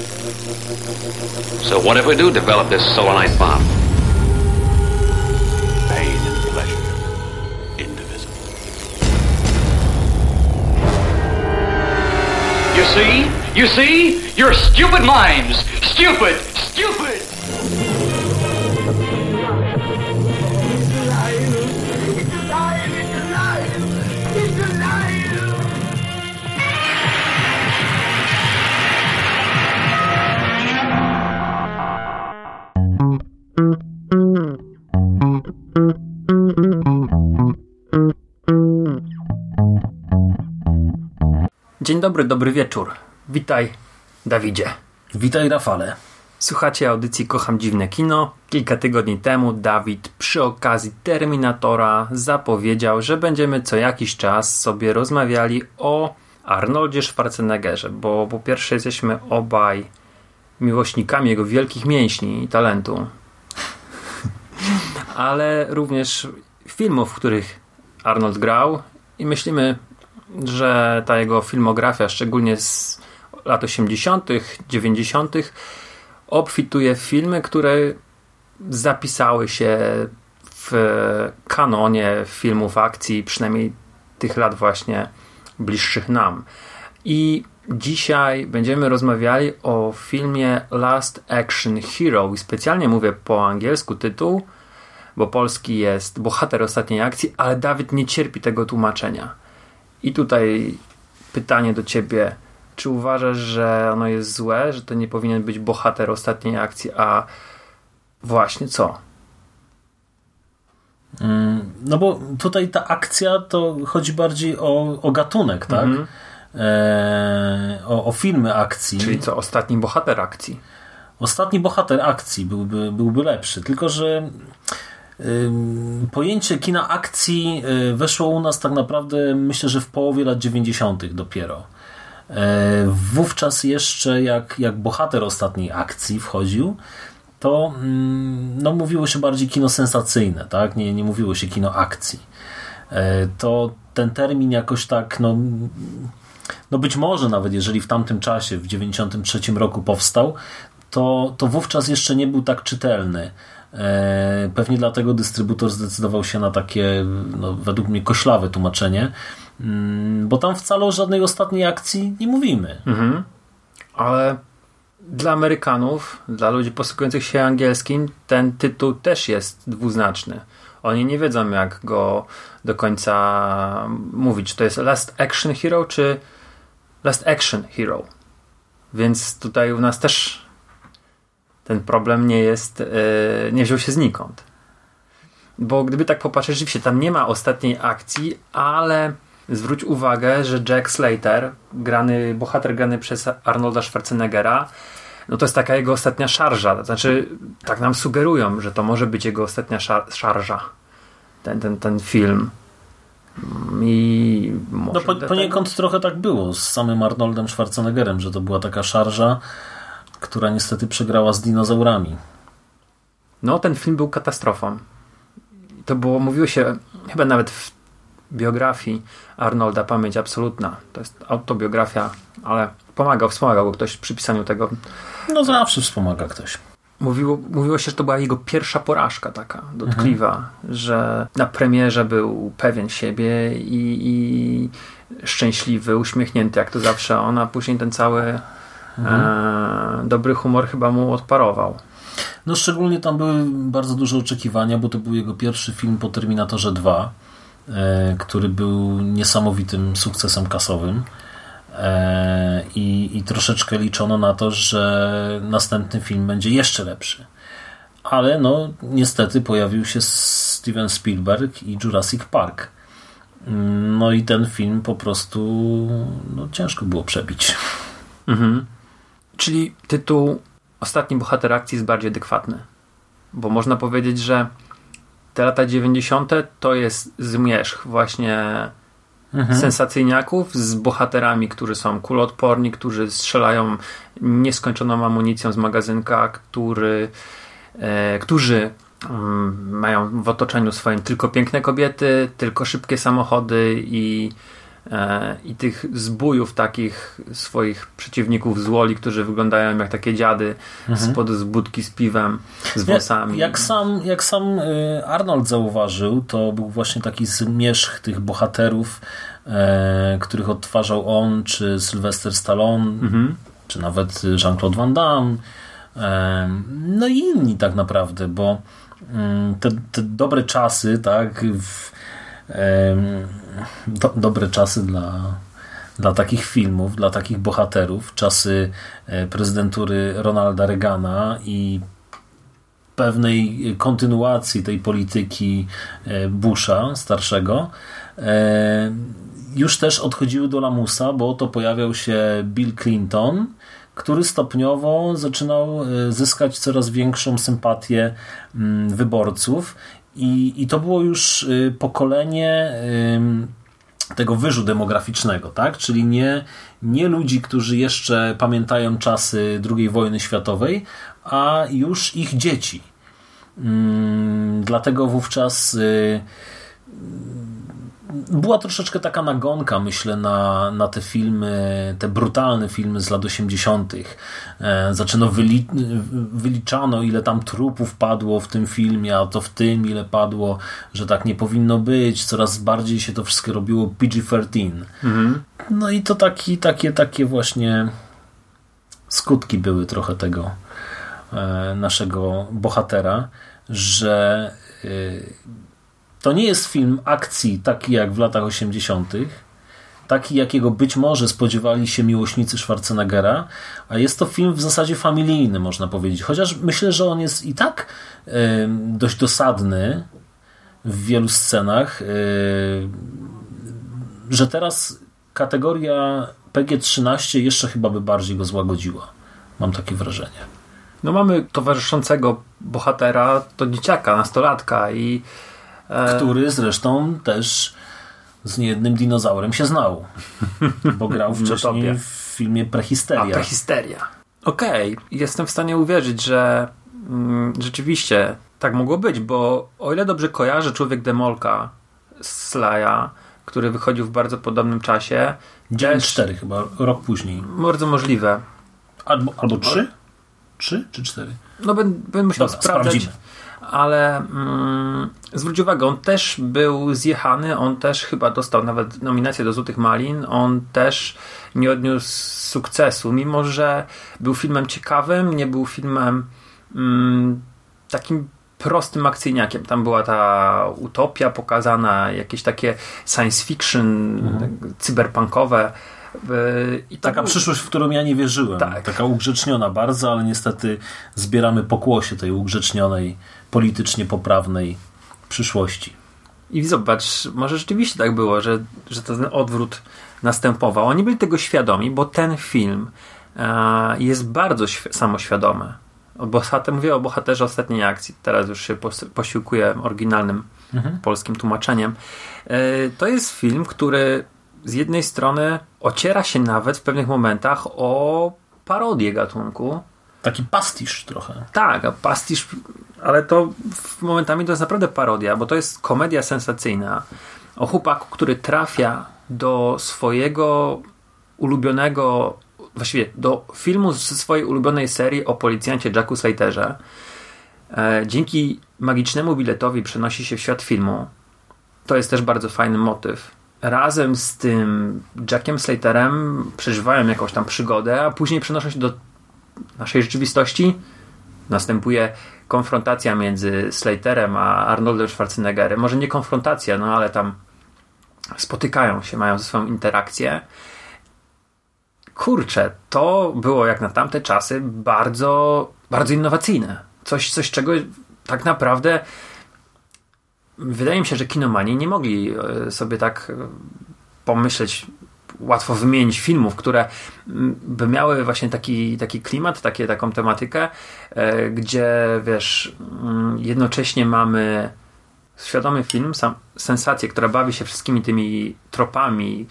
So what if we do develop this solanite bomb? Pain and pleasure, indivisible. You see? You see? Your stupid minds! Stupid! Stupid! Dzień dobry, dobry wieczór. Witaj, Dawidzie. Witaj, Rafale. Słuchacie audycji Kocham Dziwne Kino. Kilka tygodni temu Dawid przy okazji Terminatora zapowiedział, że będziemy co jakiś czas sobie rozmawiali o Arnoldzie Schwarzeneggerze, bo po pierwsze jesteśmy obaj miłośnikami jego wielkich mięśni i talentu, ale również filmów, w których Arnold grał i myślimy, że ta jego filmografia, szczególnie z lat 80., 90., obfituje w filmy, które zapisały się w kanonie filmów akcji, przynajmniej tych lat właśnie bliższych nam. I dzisiaj będziemy rozmawiali o filmie Last Action Hero i specjalnie mówię po angielsku tytuł, bo polski jest Bohater ostatniej akcji, ale Dawid nie cierpi tego tłumaczenia. I tutaj pytanie do ciebie. Czy uważasz, że ono jest złe, że to nie powinien być bohater ostatniej akcji, a właśnie co? No bo tutaj ta akcja to chodzi bardziej o gatunek, tak? O filmy akcji. Czyli co, ostatni bohater akcji? Ostatni bohater akcji byłby lepszy, tylko że pojęcie kina akcji weszło u nas tak naprawdę, myślę, że w połowie lat 90. dopiero. Wówczas jeszcze jak bohater ostatniej akcji wchodził, to no, mówiło się bardziej kino sensacyjne, tak? Nie mówiło się kino akcji. To ten termin jakoś tak no być może nawet jeżeli w tamtym czasie, w 93 roku powstał, to wówczas jeszcze nie był tak czytelny. Pewnie dlatego dystrybutor zdecydował się na takie, no, według mnie koślawe tłumaczenie, bo tam wcale o żadnej ostatniej akcji nie mówimy. Ale dla Amerykanów, dla ludzi posługujących się angielskim, ten tytuł też jest dwuznaczny. Oni nie wiedzą, jak go do końca mówić. Czy to jest Last Action Hero, czy Last Action Hero. Więc tutaj u nas też ten problem nie wziął się znikąd. Bo gdyby tak popatrzeć, rzeczywiście tam nie ma ostatniej akcji, ale zwróć uwagę, że Jack Slater, bohater grany przez Arnolda Schwarzeneggera, no to jest taka jego ostatnia szarża. To znaczy, tak nam sugerują, że to może być jego ostatnia szarża. Ten film. I no poniekąd trochę tak było z samym Arnoldem Schwarzeneggerem, że to była taka szarża, która niestety przegrała z dinozaurami. No, ten film był katastrofą. To było, mówiło się chyba nawet w biografii Arnolda, Pamięć absolutna. To jest autobiografia, ale wspomagał go ktoś przy pisaniu tego. No zawsze wspomaga ktoś. Mówiło się, że to była jego pierwsza porażka taka dotkliwa, że na premierze był pewien siebie i szczęśliwy, uśmiechnięty jak to zawsze on, a później ten cały dobry humor chyba mu odparował. No szczególnie tam były bardzo duże oczekiwania, bo to był jego pierwszy film po Terminatorze 2, który był niesamowitym sukcesem kasowym i troszeczkę liczono na to, że następny film będzie jeszcze lepszy. Ale no niestety pojawił się Steven Spielberg i Jurassic Park. No i ten film po prostu ciężko było przebić. Czyli tytuł Ostatni bohater akcji jest bardziej adekwatny. Bo można powiedzieć, że te lata 90. to jest zmierzch właśnie sensacyjniaków z bohaterami, którzy są kuloodporni, którzy strzelają nieskończoną amunicją z magazynka, którzy mają w otoczeniu swoim tylko piękne kobiety, tylko szybkie samochody i i tych zbójów takich swoich przeciwników z Wall-E, którzy wyglądają jak takie dziady z budki z piwem, z włosami. Jak sam Arnold zauważył, to był właśnie taki zmierzch tych bohaterów, których odtwarzał on, czy Sylvester Stallone, czy nawet Jean-Claude Van Damme, no i inni tak naprawdę, bo te dobre czasy, tak, dobre czasy dla takich filmów, dla takich bohaterów, czasy prezydentury Ronalda Reagana i pewnej kontynuacji tej polityki Busha starszego, już też odchodziły do lamusa, bo to pojawiał się Bill Clinton, który stopniowo zaczynał zyskać coraz większą sympatię wyborców i to było już pokolenie tego wyżu demograficznego, tak? Czyli nie ludzi, którzy jeszcze pamiętają czasy II wojny światowej, a już ich dzieci. Dlatego wówczas była troszeczkę taka nagonka, myślę, na te filmy, te brutalne filmy z lat 80. Wyliczano, ile tam trupów padło w tym filmie, a to w tym, ile padło, że tak nie powinno być. Coraz bardziej się to wszystko robiło PG-13. No i to takie właśnie skutki były trochę tego naszego bohatera, że to nie jest film akcji taki jak w latach 80., taki jakiego być może spodziewali się miłośnicy Schwarzeneggera, a jest to film w zasadzie familijny, można powiedzieć. Chociaż myślę, że on jest i tak dość dosadny w wielu scenach, że teraz kategoria PG-13 jeszcze chyba by bardziej go złagodziła. Mam takie wrażenie. No mamy towarzyszącego bohatera, to dzieciaka, nastolatka który zresztą też z niejednym dinozaurem się znał, bo grał wcześniej w filmie Prehisteria. Prehisteria. Okej, jestem w stanie uwierzyć, że rzeczywiście tak mogło być, bo o ile dobrze kojarzę Człowiek Demolka z Sly'a, który wychodził w bardzo podobnym czasie. 9-4 chyba, rok później. Bardzo możliwe. Albo 3? 3 czy 4? No będę musiał sprawdzać. Sprawdzimy. Ale zwróć uwagę, on też był zjechany, on też chyba dostał nawet nominację do Złotych Malin, on też nie odniósł sukcesu, mimo że był filmem ciekawym, nie był filmem takim prostym akcyjniakiem. Tam była ta utopia pokazana, jakieś takie science fiction, cyberpunkowe. Taka przyszłość, w którą ja nie wierzyłem. Tak. Taka ugrzeczniona bardzo, ale niestety zbieramy pokłosie tej ugrzecznionej, politycznie poprawnej przyszłości. I zobacz, może rzeczywiście tak było, że ten odwrót następował. Oni byli tego świadomi, bo ten film jest bardzo samoświadomy. Mówię o bohaterze Ostatniej akcji. Teraz już się posiłkuję oryginalnym polskim tłumaczeniem. To jest film, który z jednej strony ociera się nawet w pewnych momentach o parodię gatunku. Taki pastisz trochę. Tak, pastisz, ale to momentami to jest naprawdę parodia, bo to jest komedia sensacyjna o chłopaku, który trafia do swojego ulubionego, właściwie do filmu ze swojej ulubionej serii o policjancie Jacku Slaterze. Dzięki magicznemu biletowi przenosi się w świat filmu. To jest też bardzo fajny motyw. Razem z tym Jackiem Slaterem przeżywają jakąś tam przygodę, a później przenoszą się do naszej rzeczywistości. Następuje konfrontacja między Slaterem a Arnoldem Schwarzeneggerem. Może nie konfrontacja, no ale tam spotykają się, mają ze sobą interakcję. Kurczę, to było jak na tamte czasy bardzo, bardzo innowacyjne. Coś czego tak naprawdę wydaje mi się, że kinomani nie mogli sobie tak pomyśleć, łatwo wymienić filmów, które by miały właśnie taki klimat, taką tematykę, gdzie wiesz, jednocześnie mamy świadomy film, sensację, która bawi się wszystkimi tymi tropami,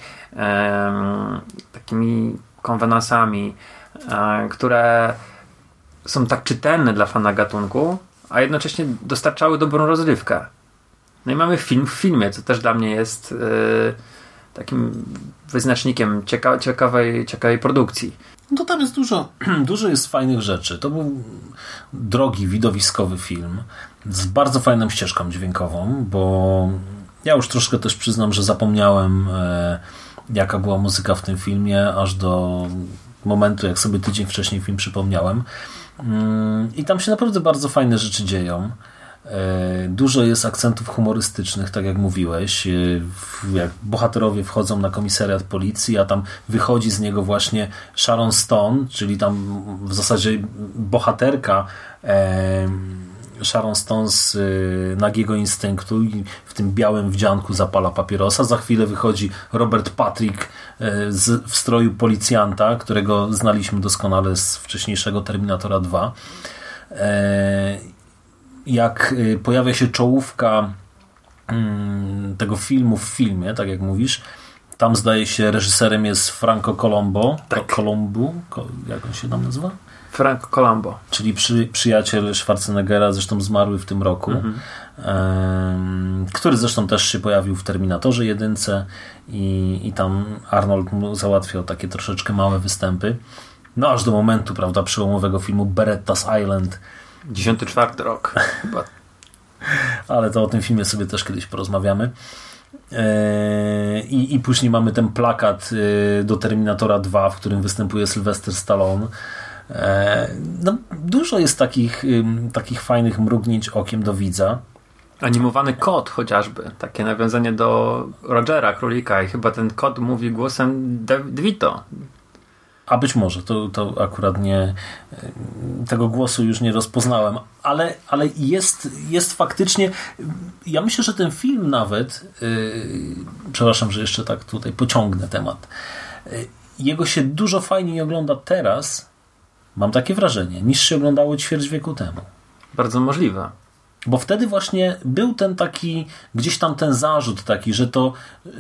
takimi konwenansami, które są tak czytelne dla fana gatunku, a jednocześnie dostarczały dobrą rozrywkę. No i mamy film w filmie, co też dla mnie jest takim wyznacznikiem ciekawej produkcji. No to tam jest dużo jest fajnych rzeczy. To był drogi, widowiskowy film z bardzo fajną ścieżką dźwiękową, bo ja już troszkę też przyznam, że zapomniałem jaka była muzyka w tym filmie, aż do momentu, jak sobie tydzień wcześniej film przypomniałem. I tam się naprawdę bardzo fajne rzeczy dzieją. Dużo jest akcentów humorystycznych, tak jak mówiłeś, jak bohaterowie wchodzą na komisariat policji, a tam wychodzi z niego właśnie Sharon Stone, czyli tam w zasadzie bohaterka Sharon Stone z Nagiego Instynktu i w tym białym wdzianku zapala papierosa. Za chwilę wychodzi Robert Patrick w stroju policjanta, którego znaliśmy doskonale z wcześniejszego Terminatora 2. Jak pojawia się czołówka tego filmu w filmie, tak jak mówisz, tam zdaje się reżyserem jest Franco Colombo. Tak. Colombo, jak on się tam nazywa? Franco Colombo. Czyli przyjaciel Schwarzeneggera, zresztą zmarły w tym roku, który zresztą też się pojawił w Terminatorze 1 i tam Arnold mu załatwiał takie troszeczkę małe występy. No aż do momentu, prawda, przełomowego filmu Beretta's Island. 94 rok chyba. Ale to o tym filmie sobie też kiedyś porozmawiamy. I później mamy ten plakat do Terminatora 2, w którym występuje Sylvester Stallone. No, dużo jest takich fajnych mrugnięć okiem do widza. Animowany kot chociażby. Takie nawiązanie do Rogera Królika i chyba ten kot mówi głosem DeVito. A być może, to akurat nie, tego głosu już nie rozpoznałem, ale jest faktycznie, ja myślę, że ten film nawet, przepraszam, że jeszcze tak tutaj pociągnę temat, jego się dużo fajniej ogląda teraz, mam takie wrażenie, niż się oglądało ćwierć wieku temu. Bardzo możliwe. Bo wtedy właśnie był ten taki, gdzieś tam ten zarzut taki, że to...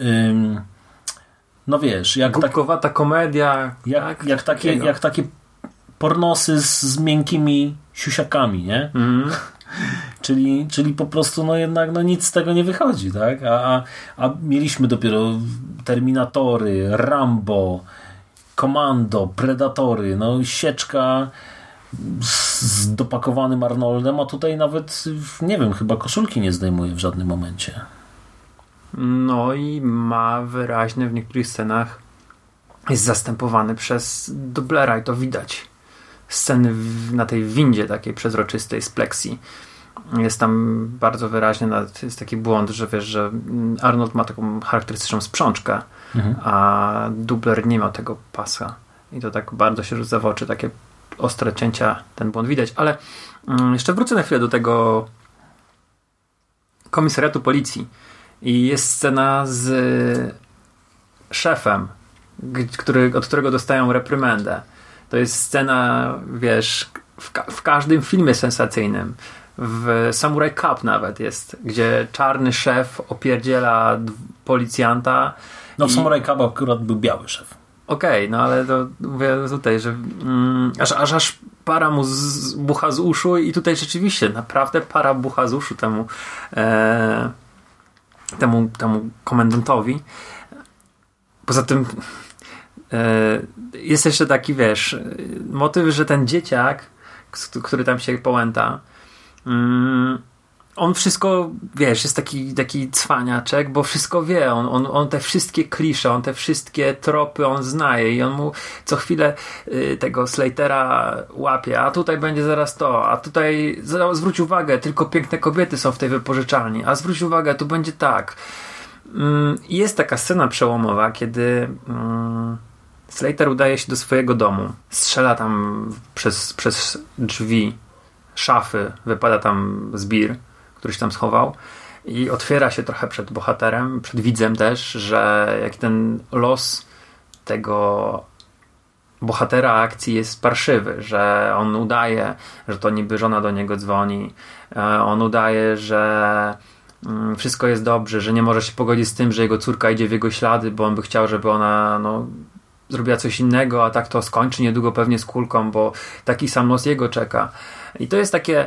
no wiesz, jak głupkowata komedia, jak takie pornosy z miękkimi siusiakami, nie? Czyli po prostu no jednak no nic z tego nie wychodzi, tak? A mieliśmy dopiero Terminatory, Rambo, Komando, Predatory, no sieczka z dopakowanym Arnoldem, a tutaj nawet nie wiem, chyba koszulki nie zdejmuje w żadnym momencie. No i ma wyraźnie w niektórych scenach jest zastępowany przez dublera i to widać. Sceny na tej windzie takiej przezroczystej z pleksji. Jest tam bardzo wyraźnie, jest taki błąd, że wiesz, że Arnold ma taką charakterystyczną sprzączkę, a dubler nie ma tego pasa. I to tak bardzo się rzuca w oczy, takie ostre cięcia, ten błąd widać. Ale jeszcze wrócę na chwilę do tego komisariatu policji. I jest scena z szefem, od którego dostają reprymendę. To jest scena, wiesz, w każdym filmie sensacyjnym. W Samurai Cop nawet jest, gdzie czarny szef opierdziela policjanta. No w Samurai Cop akurat był biały szef. Okej, no ale to mówię tutaj, że aż para mu bucha z uszu i tutaj rzeczywiście naprawdę para bucha z uszu temu komendantowi. Poza tym jest jeszcze taki, wiesz, motyw, że ten dzieciak, który tam się połęta, on wszystko, wiesz, jest taki cwaniaczek, bo wszystko wie, on te wszystkie klisze, on te wszystkie tropy on znaje i on mu co chwilę tego Slatera łapie, a tutaj będzie zaraz to, a tutaj zwróć uwagę, tylko piękne kobiety są w tej wypożyczalni, a zwróć uwagę, tu będzie tak. Jest taka scena przełomowa, kiedy Slater udaje się do swojego domu, strzela tam przez drzwi szafy, wypada tam zbir, który się tam schował i otwiera się trochę przed bohaterem, przed widzem też, że jak ten los tego bohatera akcji jest parszywy, że on udaje, że to niby żona do niego dzwoni, on udaje, że wszystko jest dobrze, że nie może się pogodzić z tym, że jego córka idzie w jego ślady, bo on by chciał, żeby ona zrobiła coś innego, a tak to skończy niedługo pewnie z kulką, bo taki sam los jego czeka. I to jest takie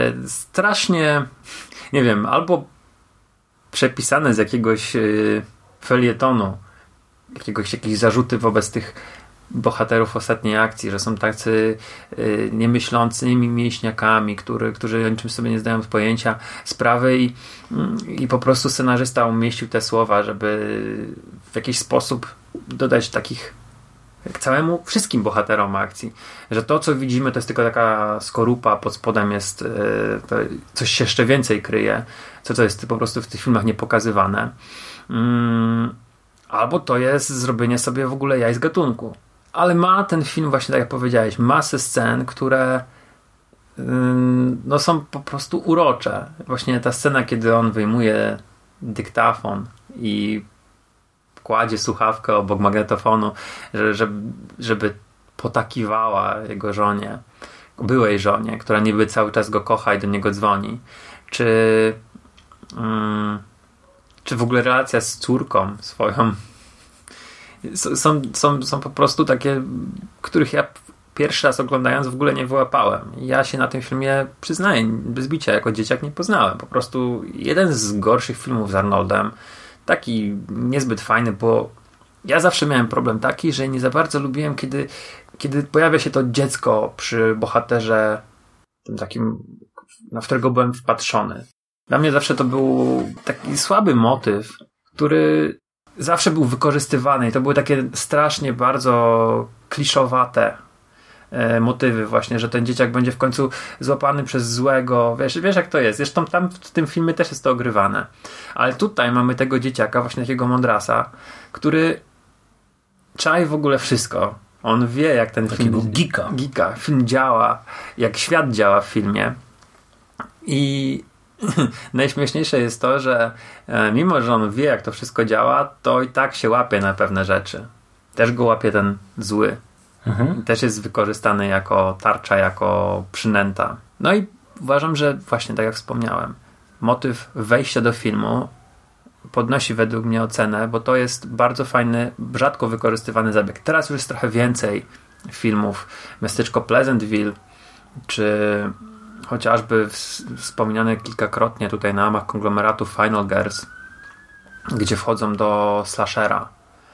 strasznie, nie wiem, albo przepisane z jakiegoś felietonu, jakieś zarzuty wobec tych bohaterów ostatniej akcji, że są tacy niemyślącymi mięśniakami, którzy o niczym sobie nie zdają pojęcia sprawy i po prostu scenarzysta umieścił te słowa, żeby w jakiś sposób dodać takich całemu wszystkim bohaterom akcji, że to co widzimy to jest tylko taka skorupa, pod spodem jest coś się jeszcze więcej kryje, co jest po prostu w tych filmach niepokazywane. Albo to jest zrobienie sobie w ogóle jaj z gatunku. Ale ma ten film właśnie, tak jak powiedziałeś, masę scen, które no, są po prostu urocze. Właśnie ta scena, kiedy on wyjmuje dyktafon i kładzie słuchawkę obok magnetofonu, żeby potakiwała jego żonie, byłej żonie, która niby cały czas go kocha i do niego dzwoni. Czy w ogóle relacja z córką swoją są po prostu takie, których ja pierwszy raz oglądając w ogóle nie wyłapałem. Ja się na tym filmie, przyznaję, bez bicia, jako dzieciak nie poznałem. Po prostu jeden z gorszych filmów z Arnoldem, taki niezbyt fajny, bo ja zawsze miałem problem taki, że nie za bardzo lubiłem, kiedy pojawia się to dziecko przy bohaterze tym takim, na którego byłem wpatrzony. Dla mnie zawsze to był taki słaby motyw, który zawsze był wykorzystywany i to były takie strasznie bardzo kliszowate motywy właśnie, że ten dzieciak będzie w końcu złapany przez złego. Wiesz jak to jest. Zresztą tam w tym filmie też jest to ogrywane. Ale tutaj mamy tego dzieciaka, właśnie takiego mądrasa, który czai w ogóle wszystko. On wie, jak ten takiego film film działa, jak świat działa w filmie. I najśmieszniejsze jest to, że mimo, że on wie, jak to wszystko działa, to i tak się łapie na pewne rzeczy. Też go łapie ten zły. Też jest wykorzystany jako tarcza, jako przynęta. No i uważam, że właśnie tak jak wspomniałem, motyw wejścia do filmu podnosi według mnie ocenę, bo to jest bardzo fajny, rzadko wykorzystywany zabieg. Teraz już jest trochę więcej filmów. Miasteczko Pleasantville, czy chociażby wspomniane kilkakrotnie tutaj na łamach konglomeratu Final Girls, gdzie wchodzą do slashera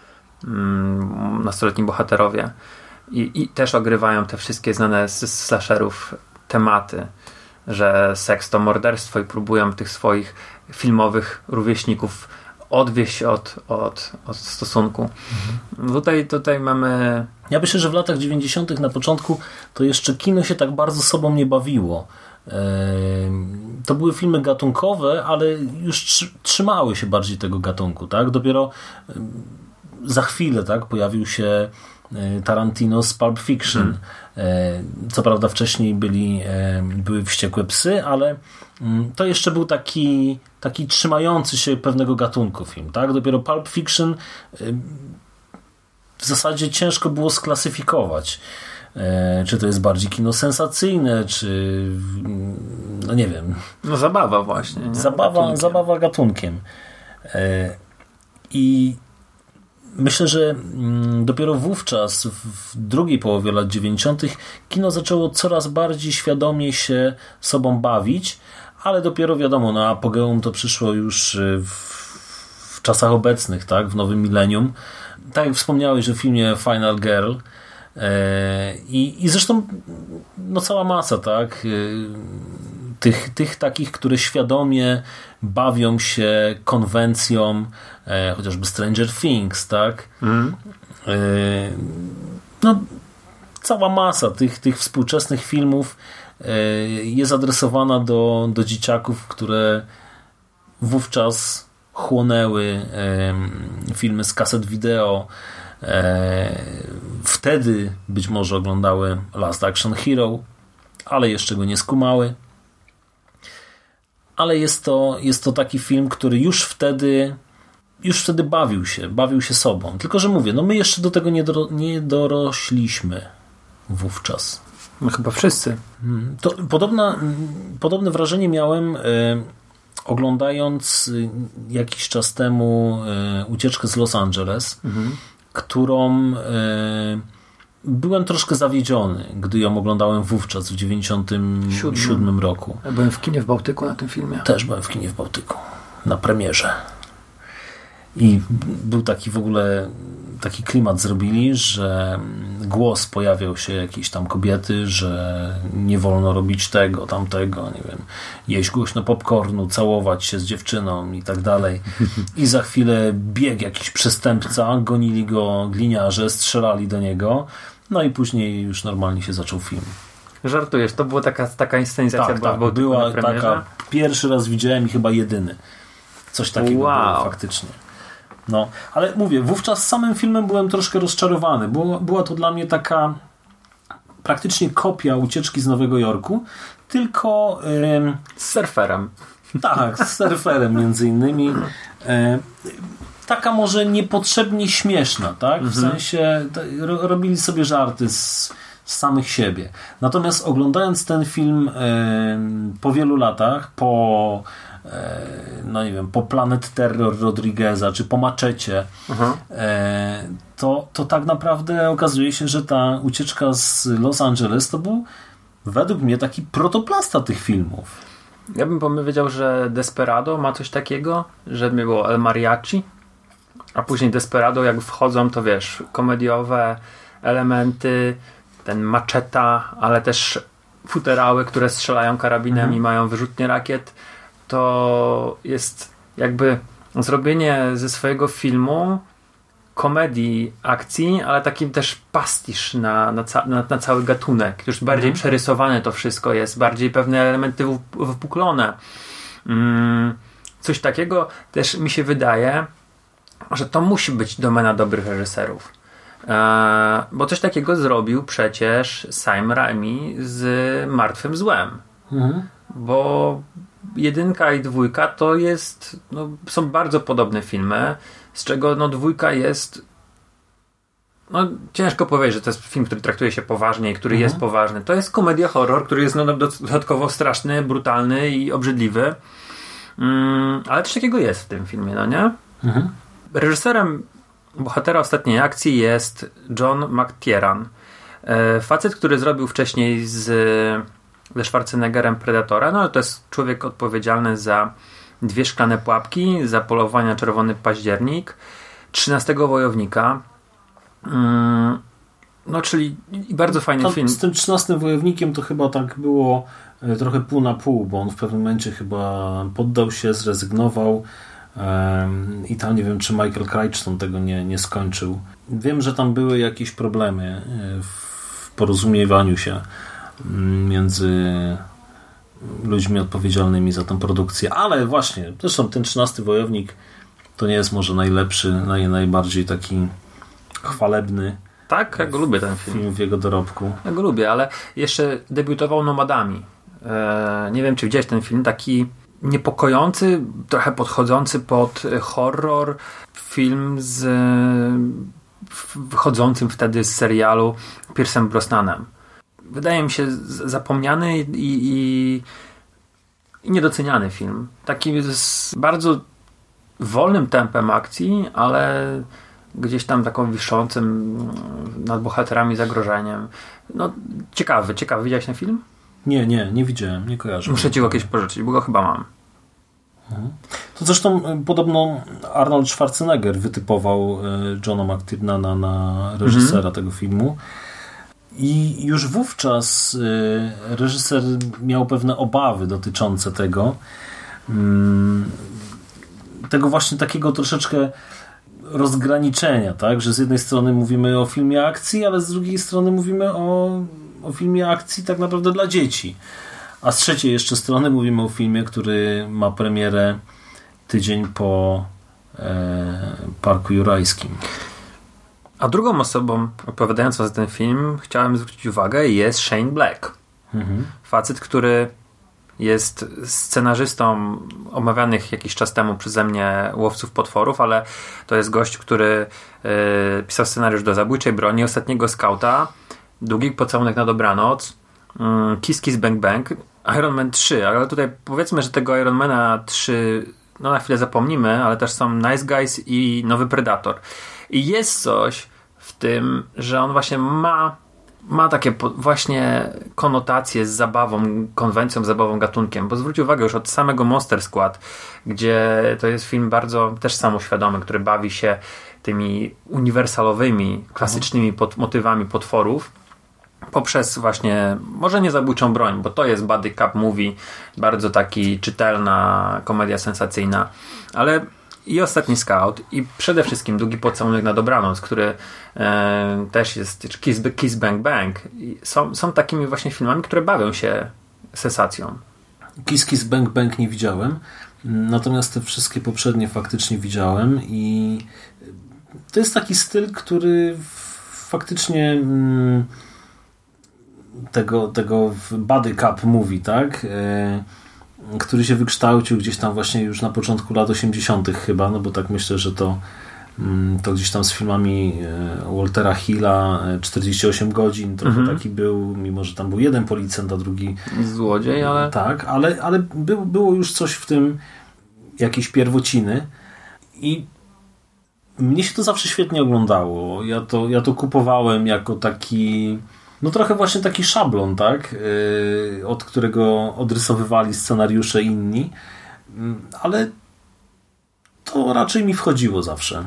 nastoletni bohaterowie i też ogrywają te wszystkie znane z slasherów tematy, że seks to morderstwo i próbują tych swoich filmowych rówieśników odwieść od stosunku. Tutaj mamy... Ja myślę, że w latach 90. na początku to jeszcze kino się tak bardzo sobą nie bawiło. To były filmy gatunkowe, ale już trzymały się bardziej tego gatunku. Tak? Dopiero za chwilę tak, pojawił się Tarantino z Pulp Fiction. Co prawda wcześniej były Wściekłe psy, ale to jeszcze był taki trzymający się pewnego gatunku film. Tak? Dopiero Pulp Fiction w zasadzie ciężko było sklasyfikować. Czy to jest bardziej kino sensacyjne, czy no nie wiem. No zabawa właśnie. Nie? Zabawa gatunkiem. I myślę, że dopiero wówczas, w drugiej połowie lat 90. kino zaczęło coraz bardziej świadomie się sobą bawić, ale dopiero wiadomo, na apogeum to przyszło już w czasach obecnych, tak, w nowym milenium. Tak jak wspomniałeś, że w filmie Final Girl i zresztą no cała masa, tak, tych takich, które świadomie bawią się konwencją, chociażby Stranger Things, tak? No cała masa tych współczesnych filmów jest adresowana do dzieciaków, które wówczas chłonęły filmy z kaset wideo. Wtedy być może oglądały Last Action Hero, ale jeszcze go nie skumały. Ale jest to taki film, który już wtedy bawił się sobą. Tylko że mówię, no my jeszcze do tego nie dorośliśmy wówczas. No chyba wszyscy. To podobne wrażenie miałem oglądając jakiś czas temu Ucieczkę z Los Angeles, którą byłem troszkę zawiedziony, gdy ją oglądałem wówczas w 97 roku. Ja byłem w kinie w Bałtyku na tym filmie. Też byłem w kinie w Bałtyku. Na premierze. I był taki w ogóle taki klimat zrobili, że głos pojawiał się jakiejś tam kobiety, że nie wolno robić tego, tamtego, nie wiem, jeść głośno popcornu, całować się z dziewczyną i tak dalej. I za chwilę biegł jakiś przestępca, gonili go gliniarze, strzelali do niego, no i później już normalnie się zaczął film. Żartujesz, to była taka inscenizacja? Tak, była taka, pierwszy raz widziałem i chyba jedyny. Coś takiego było faktycznie. No, ale mówię, wówczas samym filmem byłem troszkę rozczarowany. Była to dla mnie taka praktycznie kopia Ucieczki z Nowego Jorku, tylko z surferem. Tak, z surferem między innymi. Taka może niepotrzebnie śmieszna, tak? W sensie robili sobie żarty z samych siebie. Natomiast oglądając ten film po wielu latach, no nie wiem, po Planet Terror Rodrigueza, czy po Maczecie, to tak naprawdę okazuje się, że ta ucieczka z Los Angeles to był według mnie taki protoplasta tych filmów. Ja bym powiedział, że Desperado ma coś takiego, że było El Mariachi, a później Desperado, jak wchodzą, to wiesz, komediowe elementy, ten Macheta, ale też futerały, które strzelają karabinem i mają wyrzutnie rakiet. To jest jakby zrobienie ze swojego filmu komedii akcji, ale takim też pastisz na cały gatunek. Już bardziej przerysowane to wszystko jest, bardziej pewne elementy wypuklone. Coś takiego też mi się wydaje, że to musi być domena dobrych reżyserów. Bo coś takiego zrobił przecież Sam Raimi z Martwym Złem. Bo 1 i 2 to jest, są bardzo podobne filmy, z czego 2 jest, ciężko powiedzieć, że to jest film, który traktuje się poważnie i który jest poważny. To jest komedia horror, który jest dodatkowo straszny, brutalny i obrzydliwy. Ale coś takiego jest w tym filmie, no nie? Reżyserem bohatera Ostatniej akcji jest John McTiernan. Facet, który zrobił wcześniej ze Schwarzeneggerem Predatora, ale to jest człowiek odpowiedzialny za 2 szklane pułapki, za Polowanie na Czerwony Październik, 13 Wojownika. Czyli bardzo fajny film. Z tym 13 Wojownikiem to chyba tak było trochę pół na pół, bo on w pewnym momencie chyba poddał się, zrezygnował i tam nie wiem, czy Michael Crichton tego nie skończył. Wiem, że tam były jakieś problemy w porozumiewaniu się między ludźmi odpowiedzialnymi za tę produkcję, ale właśnie, zresztą ten 13 Wojownik to nie jest może najlepszy, najbardziej taki chwalebny. Tak, ja go lubię, ten film w jego dorobku. Ja go lubię, ale jeszcze debiutował Nomadami. Nie wiem, czy widziałeś ten film, taki niepokojący, trochę podchodzący pod horror, film z wychodzącym wtedy z serialu Pierce'em Brosnanem. Wydaje mi się zapomniany i niedoceniany film. Taki z bardzo wolnym tempem akcji, ale gdzieś tam taką wiszącym nad bohaterami zagrożeniem. Ciekawy. Widziałeś ten film? Nie widziałem, nie kojarzę. Muszę ci go kiedyś pożyczyć, bo go chyba mam. To zresztą podobno Arnold Schwarzenegger wytypował Johna McTiernana na reżysera tego filmu. I już wówczas reżyser miał pewne obawy dotyczące tego właśnie takiego troszeczkę rozgraniczenia, tak? Że z jednej strony mówimy o filmie akcji, ale z drugiej strony mówimy o filmie akcji tak naprawdę dla dzieci. A z trzeciej jeszcze strony mówimy o filmie, który ma premierę tydzień po Parku Jurajskim. A drugą osobą odpowiadającą za ten film chciałem zwrócić uwagę jest Shane Black. Facet, który jest scenarzystą omawianych jakiś czas temu przeze mnie Łowców Potworów, ale to jest gość, który pisał scenariusz do Zabójczej Broni, Ostatniego Skauta, Długi Pocałunek na Dobranoc, Kiss Kiss Bang Bang, Iron Man 3, ale tutaj powiedzmy, że tego Iron Mana 3 na chwilę zapomnimy, ale też są Nice Guys i Nowy Predator. I jest coś w tym, że on właśnie ma ma takie właśnie konotacje z zabawą, konwencją, zabawą, gatunkiem, bo zwróć uwagę już od samego Monster Squad, gdzie to jest film bardzo też samoświadomy, który bawi się tymi uniwersalowymi, klasycznymi motywami potworów, poprzez właśnie, może nie Zabójczą broń, bo to jest buddy cop movie, bardzo taki czytelna komedia sensacyjna, ale i Ostatni Scout i przede wszystkim Długi pocałunek na dobranoc, który też jest, czy Kiss Bang Bang, są takimi właśnie filmami, które bawią się sensacją. Kiss Bang Bang nie widziałem, natomiast te wszystkie poprzednie faktycznie widziałem i to jest taki styl, który faktycznie tego buddy cop mówi, tak? Który się wykształcił gdzieś tam właśnie już na początku lat 80. chyba, no bo tak myślę, że to gdzieś tam z filmami Waltera Hilla 48 godzin trochę taki był, mimo że tam był jeden policjant, a drugi złodziej, ale... Tak, ale było już coś w tym, jakieś pierwociny i mnie się to zawsze świetnie oglądało. Ja to kupowałem jako taki, no trochę właśnie taki szablon, tak? Od którego odrysowywali scenariusze inni, ale to raczej mi wchodziło zawsze.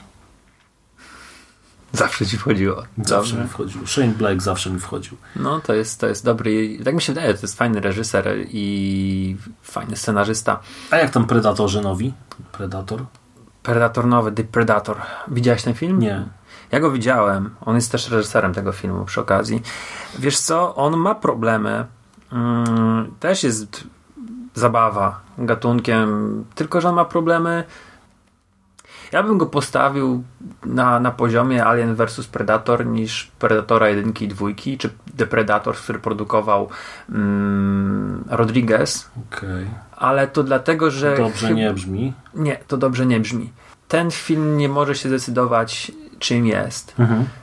Zawsze ci wchodziło. Zawsze mi wchodził. Shane Black zawsze mi wchodził. No to jest dobry, tak mi się wydaje, to jest fajny reżyser i fajny scenarzysta. A jak tam Predatorzy nowi? Predator nowy, The Predator. Widziałeś ten film? Nie. Ja go widziałem. On jest też reżyserem tego filmu przy okazji. Wiesz co? On ma problemy. Też jest zabawa gatunkiem, tylko że on ma problemy. Ja bym go postawił na poziomie Alien vs Predator niż Predatora 1 i 2, czy The Predator, który produkował Rodriguez. Okay. Ale to dlatego, że... Dobrze nie brzmi. Nie, to dobrze nie brzmi. Ten film nie może się zdecydować, czym jest.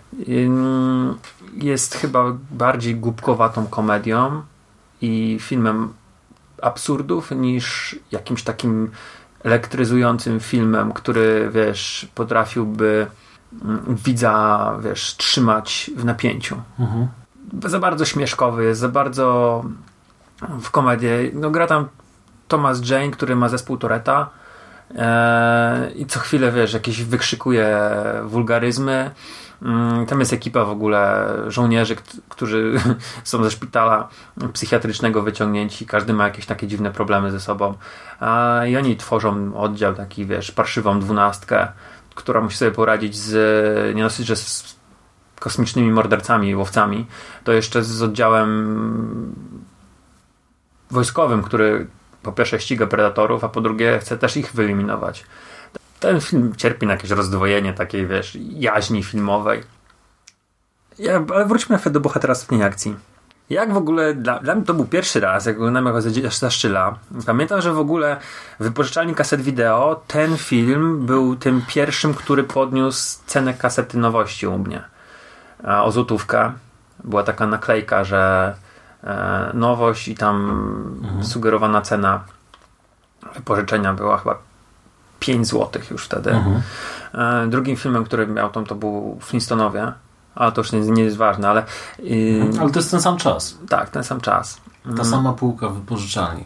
Jest chyba bardziej głupkowatą komedią i filmem absurdów niż jakimś takim elektryzującym filmem, który, wiesz, potrafiłby widza, wiesz, trzymać w napięciu. Za bardzo śmieszkowy jest, za bardzo w komedię. No, gra tam Thomas Jane, który ma zespół Touretta i co chwilę, wiesz, jakieś wykrzykuje wulgaryzmy. Tam jest ekipa w ogóle żołnierzy, którzy są ze szpitala psychiatrycznego wyciągnięci. Każdy ma jakieś takie dziwne problemy ze sobą. I oni tworzą oddział taki, wiesz, parszywą 12, która musi sobie poradzić nie dosyć, że z kosmicznymi mordercami i łowcami, to jeszcze z oddziałem wojskowym, który po pierwsze ściga predatorów, a po drugie chce też ich wyeliminować. Ten film cierpi na jakieś rozdwojenie takiej, wiesz, jaźni filmowej. Ale wróćmy do Bohatera Ostatniej Akcji. Jak w ogóle, dla mnie to był pierwszy raz, jak oglądałem go za Szczyla. Pamiętam, że w ogóle w wypożyczalni kaset wideo ten film był tym pierwszym, który podniósł cenę kasety nowości u mnie. O złotówkę. Była taka naklejka, że nowość i tam sugerowana cena wypożyczenia była chyba 5 zł już wtedy. Drugim filmem, który miał to był Flintstonowie, ale to już nie jest ważne, ale ale to jest ten sam czas. Tak, ten sam czas. Ta sama półka w wypożyczalni.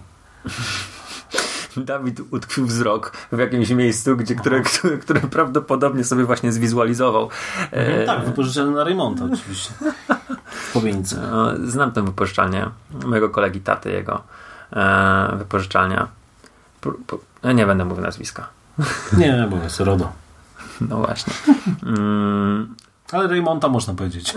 Dawid utkwił wzrok w jakimś miejscu, które prawdopodobnie sobie właśnie zwizualizował. Tak, wypożyczalnia na Raymonta oczywiście. W Powieńce. Znam tę wypożyczalnię mojego kolegi taty, jego wypożyczalnia. Nie będę mówił nazwiska. Nie, bo jest RODO. No właśnie. Ale Raymonta można powiedzieć.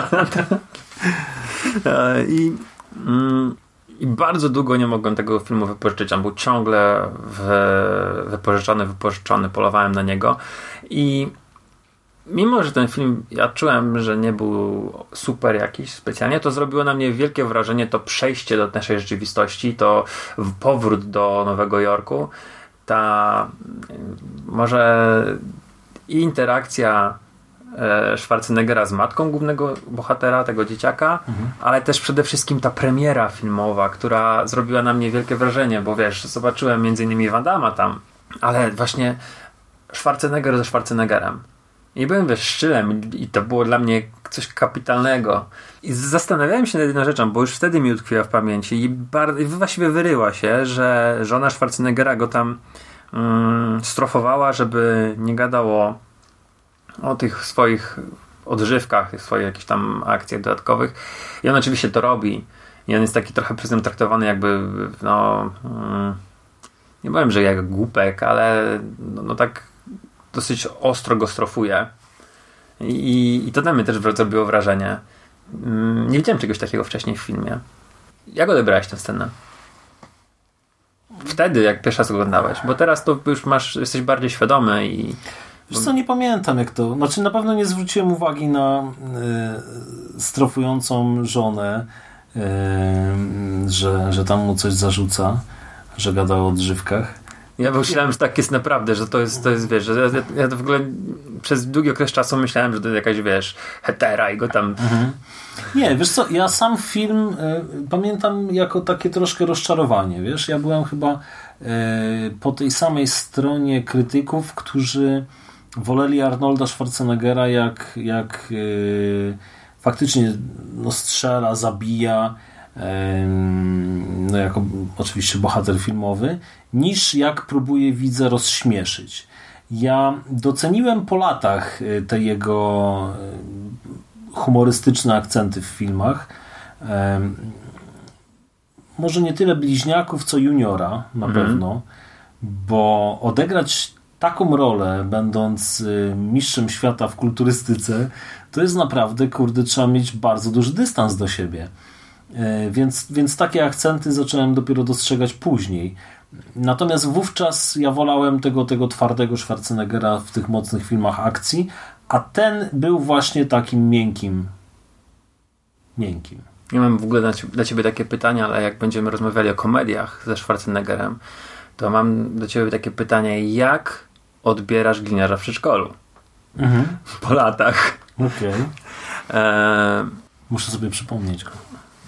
I bardzo długo nie mogłem tego filmu wypożyczyć. On był ciągle wypożyczony, polowałem na niego. I mimo, że ten film, ja czułem, że nie był super jakiś specjalnie, to zrobiło na mnie wielkie wrażenie to przejście do naszej rzeczywistości, to powrót do Nowego Jorku, ta może i interakcja Schwarzeneggera z matką głównego bohatera, tego dzieciaka, ale też przede wszystkim ta premiera filmowa, która zrobiła na mnie wielkie wrażenie, bo wiesz, zobaczyłem m.in. Van Damma tam, ale właśnie Schwarzenegger ze Schwarzeneggerem. I byłem wiesz, szczylem i to było dla mnie coś kapitalnego. I zastanawiałem się nad jedną rzeczą, bo już wtedy mi utkwiła w pamięci i właściwie wyryła się, że żona Schwarzeneggera go tam strofowała, żeby nie gadał o tych swoich odżywkach, tych swoich jakichś tam akcjach dodatkowych. I on oczywiście to robi. I on jest taki trochę przy tym traktowany jakby nie powiem, że jak głupek, ale no tak dosyć ostro go strofuje. I to na mnie też zrobiło wrażenie. Nie widziałem czegoś takiego wcześniej w filmie. Jak odebrałeś tę scenę? Wtedy, jak pierwszy raz oglądałeś, bo teraz to już jesteś bardziej świadomy i... Wiesz co, nie pamiętam jak to... Znaczy na pewno nie zwróciłem uwagi na strofującą żonę, że tam mu coś zarzuca, że gada o odżywkach. Ja myślałem, że tak jest naprawdę, że to jest wiesz, że ja to w ogóle przez długi okres czasu myślałem, że to jest jakaś, wiesz, hetera i go tam... Nie, wiesz co, ja sam film pamiętam jako takie troszkę rozczarowanie, wiesz, ja byłem chyba po tej samej stronie krytyków, którzy woleli Arnolda Schwarzeneggera jak faktycznie strzela, zabija, jako oczywiście bohater filmowy, niż jak próbuje widza rozśmieszyć. Ja doceniłem po latach te jego humorystyczne akcenty w filmach. Może nie tyle Bliźniaków, co Juniora na pewno, bo odegrać taką rolę, będąc mistrzem świata w kulturystyce, to jest naprawdę, trzeba mieć bardzo duży dystans do siebie. Więc takie akcenty zacząłem dopiero dostrzegać później. Natomiast wówczas ja wolałem tego twardego Schwarzeneggera w tych mocnych filmach akcji, a ten był właśnie takim miękkim. Ja mam w ogóle dla ciebie takie pytania, ale jak będziemy rozmawiali o komediach ze Schwarzeneggerem, to mam do ciebie takie pytanie, jak odbierasz Gliniarza w przedszkolu? Po latach. Okej. Muszę sobie przypomnieć go.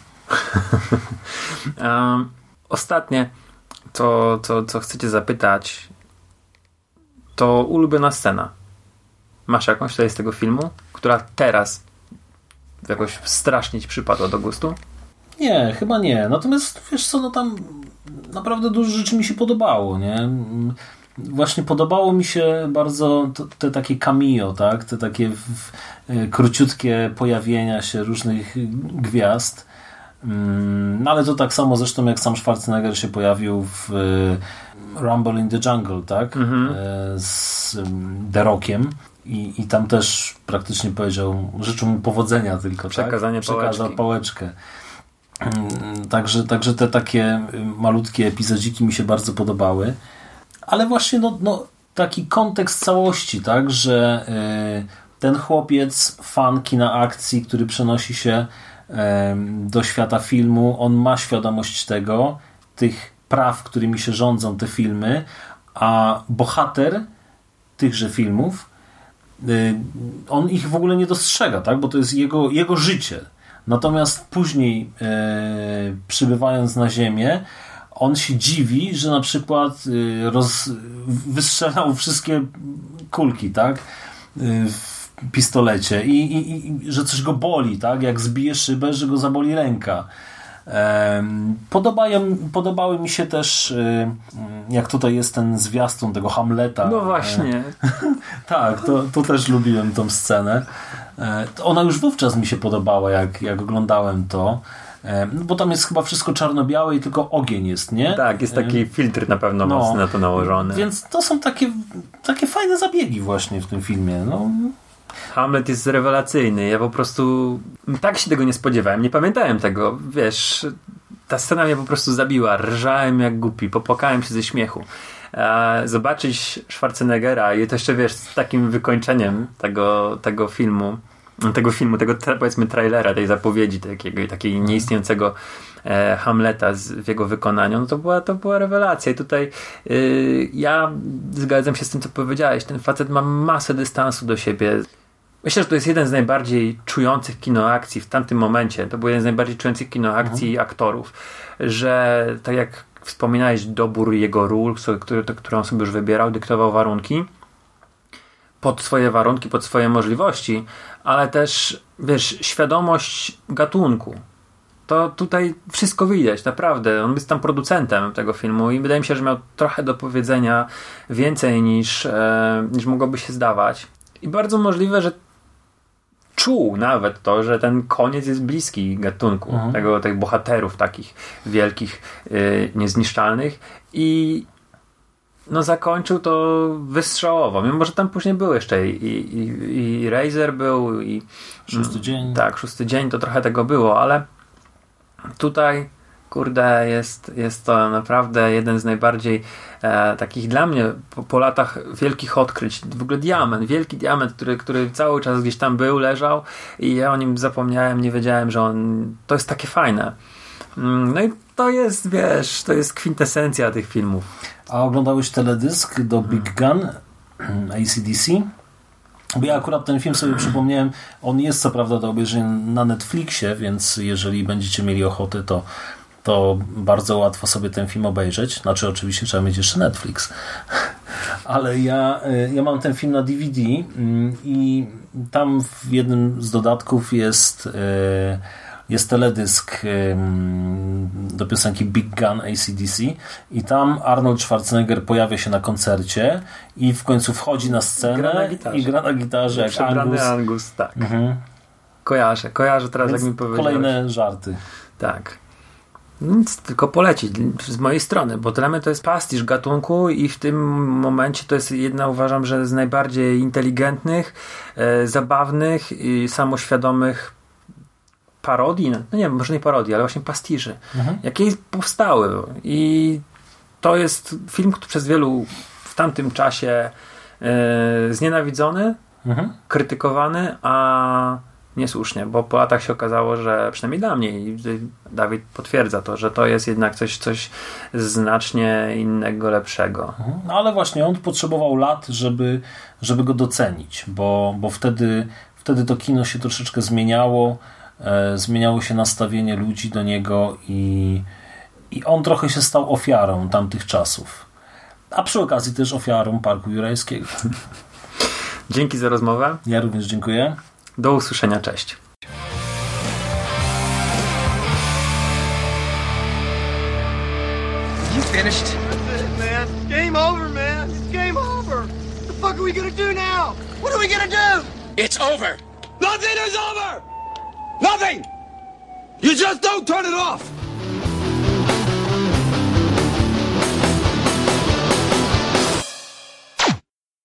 Ostatnie, co chcę cię zapytać, to ulubiona scena. Masz jakąś tutaj z tego filmu, która teraz jakoś strasznie ci przypadła do gustu? Nie, chyba nie. Natomiast wiesz co, tam naprawdę dużo rzeczy mi się podobało, nie? Właśnie podobało mi się bardzo te takie cameo, tak? Te takie króciutkie pojawienia się różnych gwiazd. No ale to tak samo zresztą jak sam Schwarzenegger się pojawił w Rumble in the Jungle, tak? Z The Rockiem. I tam też praktycznie życzył mu powodzenia tylko, przekazał pałeczkę. Także te takie malutkie epizodziki mi się bardzo podobały. Ale właśnie taki kontekst całości, tak, że ten chłopiec, fan kina akcji, który przenosi się do świata filmu, on ma świadomość tych praw, którymi się rządzą te filmy, a bohater tychże filmów, on ich w ogóle nie dostrzega, tak, bo to jest jego życie. Natomiast później przybywając na ziemię, on się dziwi, że na przykład wystrzelał wszystkie kulki, tak, w pistolecie i że coś go boli, tak, jak zbije szybę, że go zaboli ręka. Podobały mi się też, jak tutaj jest ten zwiastun tego Hamleta. No właśnie. Tak, to też lubiłem tą scenę. Ona już wówczas mi się podobała, jak oglądałem to. Bo tam jest chyba wszystko czarno-białe i tylko ogień jest, nie? Tak, jest taki filtr na pewno mocny na to nałożony. Więc to są takie fajne zabiegi właśnie w tym filmie. Hamlet jest rewelacyjny. Ja po prostu tak się tego nie spodziewałem. Nie pamiętałem tego. Wiesz, ta scena mnie po prostu zabiła. Rżałem jak głupi. Popłakałem się ze śmiechu. Zobaczyć Schwarzeneggera i to jeszcze, wiesz, z takim wykończeniem tego filmu, tego powiedzmy trailera, tej zapowiedzi takiej nieistniejącego Hamleta w jego wykonaniu, to była rewelacja. I tutaj ja zgadzam się z tym, co powiedziałeś. Ten facet ma masę dystansu do siebie. Myślę, że to jest jeden z najbardziej czujących kinoakcji w tamtym momencie. To był jeden z najbardziej czujących kinoakcji aktorów. Że tak jak wspominałeś, dobór jego ról, którą sobie już wybierał, dyktował warunki. pod swoje warunki, pod swoje możliwości, ale też, wiesz, świadomość gatunku. To tutaj wszystko widać, naprawdę. On jest tam producentem tego filmu i wydaje mi się, że miał trochę do powiedzenia więcej niż mogłoby się zdawać. I bardzo możliwe, że czuł nawet to, że ten koniec jest bliski gatunku, tych bohaterów takich wielkich, niezniszczalnych i no zakończył to wystrzałowo, mimo że tam później był jeszcze i Razor był i Szósty dzień. Tak, Szósty dzień, to trochę tego było, ale tutaj kurde, jest to naprawdę jeden z najbardziej takich dla mnie po latach wielkich odkryć. W ogóle wielki diament, który cały czas gdzieś tam był, leżał i ja o nim zapomniałem, nie wiedziałem, że to jest takie fajne. No i to jest, wiesz, to jest kwintesencja tych filmów. A oglądałeś teledysk do Big Gun AC/DC? Bo ja akurat ten film sobie przypomniałem, on jest co prawda do obejrzenia na Netflixie, więc jeżeli będziecie mieli ochotę, to bardzo łatwo sobie ten film obejrzeć. Znaczy oczywiście trzeba mieć jeszcze Netflix. Ale ja mam ten film na DVD i tam w jednym z dodatków jest teledysk do piosenki Big Gun AC/DC i tam Arnold Schwarzenegger pojawia się na koncercie i w końcu wchodzi na scenę i gra na gitarze jak Angus. Tak. Kojarzę teraz, więc jak mi powiedziałeś. Kolejne żarty. Tak. Nic, tylko polecić z mojej strony, bo dla mnie to jest pastisz gatunku i w tym momencie to jest jedna, uważam, że z najbardziej inteligentnych, zabawnych i samoświadomych parodii, no nie wiem, może nie parodii, ale właśnie pastiży, jakie powstały. I to jest film, który przez wielu w tamtym czasie znienawidzony, krytykowany, a niesłusznie, bo po latach się okazało, że przynajmniej dla mnie, i Dawid potwierdza to, że to jest jednak coś znacznie innego, lepszego. No ale właśnie on potrzebował lat, żeby go docenić, bo wtedy to kino się troszeczkę zmieniało, zmieniało się nastawienie ludzi do niego i on trochę się stał ofiarą tamtych czasów. A przy okazji też ofiarą Parku Jurajskiego. Dzięki za rozmowę. Ja również dziękuję. Do usłyszenia, cześć. You finished? That's it, man. Game over, man. It's game over. What the fuck are we gonna do now? What are we gonna do? It's over. Nothing is over! Nothing! You just don't turn it off!